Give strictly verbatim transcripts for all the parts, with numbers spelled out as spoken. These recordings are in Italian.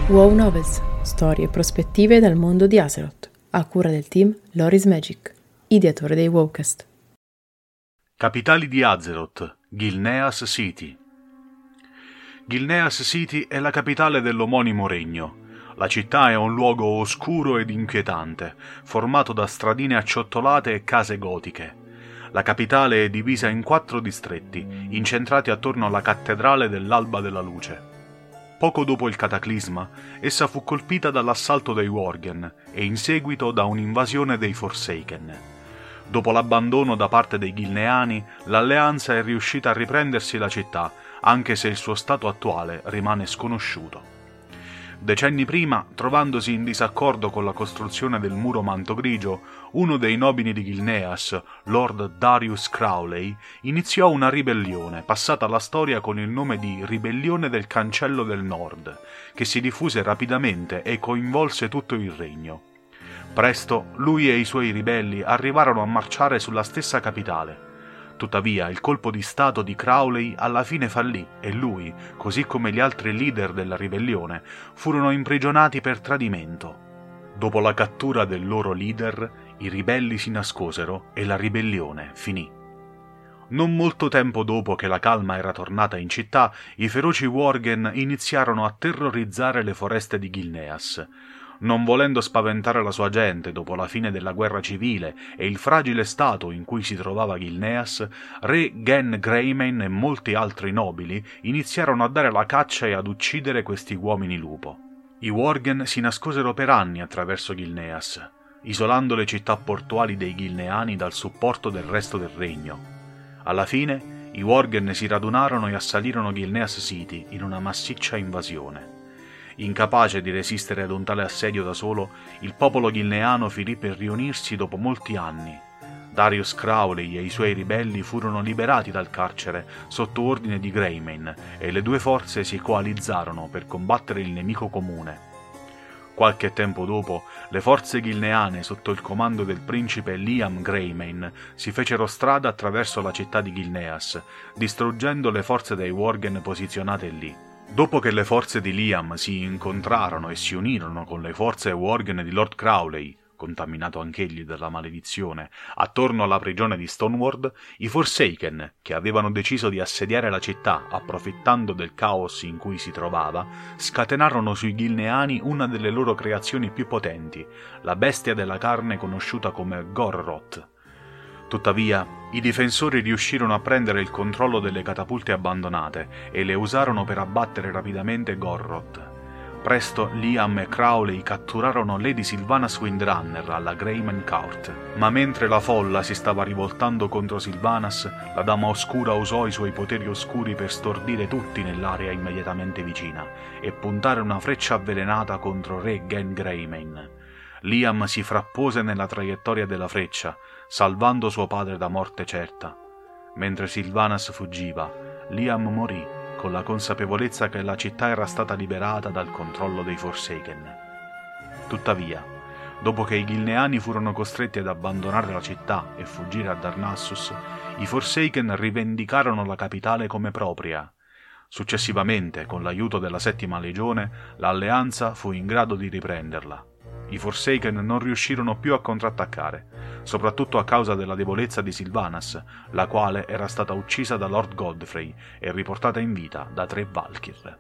WoW Novels, storie e prospettive dal mondo di Azeroth, a cura del team Loris Magic, ideatore dei WoWcast. Capitali di Azeroth, Gilneas City. Gilneas City è la capitale dell'omonimo regno. La città è un luogo oscuro ed inquietante, formato da stradine acciottolate e case gotiche. La capitale è divisa in quattro distretti, incentrati attorno alla cattedrale dell'Alba della Luce. Poco dopo il cataclisma, essa fu colpita dall'assalto dei Worgen e in seguito da un'invasione dei Forsaken. Dopo l'abbandono da parte dei Gilneani, l'Alleanza è riuscita a riprendersi la città, anche se il suo stato attuale rimane sconosciuto. Decenni prima, trovandosi in disaccordo con la costruzione del muro Manto Grigio, uno dei nobili di Gilneas, Lord Darius Crowley, iniziò una ribellione, passata alla storia con il nome di Ribellione del Cancello del Nord, che si diffuse rapidamente e coinvolse tutto il regno. Presto, lui e i suoi ribelli arrivarono a marciare sulla stessa capitale. Tuttavia, il colpo di stato di Crowley alla fine fallì e lui, così come gli altri leader della ribellione, furono imprigionati per tradimento. Dopo la cattura del loro leader, i ribelli si nascosero e la ribellione finì. Non molto tempo dopo che la calma era tornata in città, i feroci Worgen iniziarono a terrorizzare le foreste di Gilneas. Non volendo spaventare la sua gente dopo la fine della guerra civile e il fragile stato in cui si trovava Gilneas, re Gen Greymane e molti altri nobili iniziarono a dare la caccia e ad uccidere questi uomini lupo. I Worgen si nascosero per anni attraverso Gilneas, isolando le città portuali dei Gilneani dal supporto del resto del regno. Alla fine, i Worgen si radunarono e assalirono Gilneas City in una massiccia invasione. Incapace di resistere ad un tale assedio da solo, il popolo gilneano finì per riunirsi dopo molti anni. Darius Crowley e i suoi ribelli furono liberati dal carcere sotto ordine di Greymane e le due forze si coalizzarono per combattere il nemico comune. Qualche tempo dopo, le forze gilneane sotto il comando del principe Liam Greymane si fecero strada attraverso la città di Gilneas, distruggendo le forze dei Worgen posizionate lì. Dopo che le forze di Liam si incontrarono e si unirono con le forze Worgen di Lord Crowley, contaminato anch'egli dalla maledizione, attorno alla prigione di Stoneward, i Forsaken, che avevano deciso di assediare la città approfittando del caos in cui si trovava, scatenarono sui Gilneani una delle loro creazioni più potenti, la bestia della carne conosciuta come Gorroth. Tuttavia, i difensori riuscirono a prendere il controllo delle catapulte abbandonate e le usarono per abbattere rapidamente Gorroth. Presto Liam e Crowley catturarono Lady Sylvanas Windrunner alla Greymane Court, ma mentre la folla si stava rivoltando contro Sylvanas, la Dama Oscura usò i suoi poteri oscuri per stordire tutti nell'area immediatamente vicina e puntare una freccia avvelenata contro Re Gen Greymane. Liam si frappose nella traiettoria della freccia, salvando suo padre da morte certa. Mentre Sylvanas fuggiva, Liam morì con la consapevolezza che la città era stata liberata dal controllo dei Forsaken. Tuttavia, dopo che i Gilneani furono costretti ad abbandonare la città e fuggire a Darnassus, i Forsaken rivendicarono la capitale come propria. Successivamente, con l'aiuto della Settima Legione, l'Alleanza fu in grado di riprenderla. I Forsaken non riuscirono più a contrattaccare, soprattutto a causa della debolezza di Sylvanas, la quale era stata uccisa da Lord Godfrey e riportata in vita da tre Valkyr.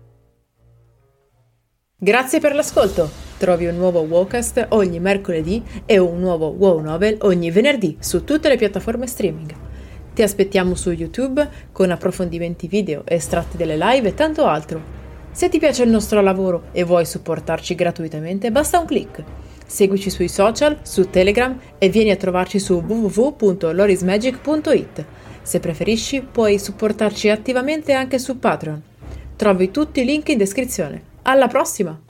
Grazie per l'ascolto! Trovi un nuovo WoWcast ogni mercoledì e un nuovo WoW Novel ogni venerdì su tutte le piattaforme streaming. Ti aspettiamo su YouTube con approfondimenti video, estratti delle live e tanto altro. Se ti piace il nostro lavoro e vuoi supportarci gratuitamente, basta un click. Seguici sui social, su Telegram e vieni a trovarci su w w w punto lorismagic punto i t. Se preferisci, puoi supportarci attivamente anche su Patreon. Trovi tutti i link in descrizione. Alla prossima!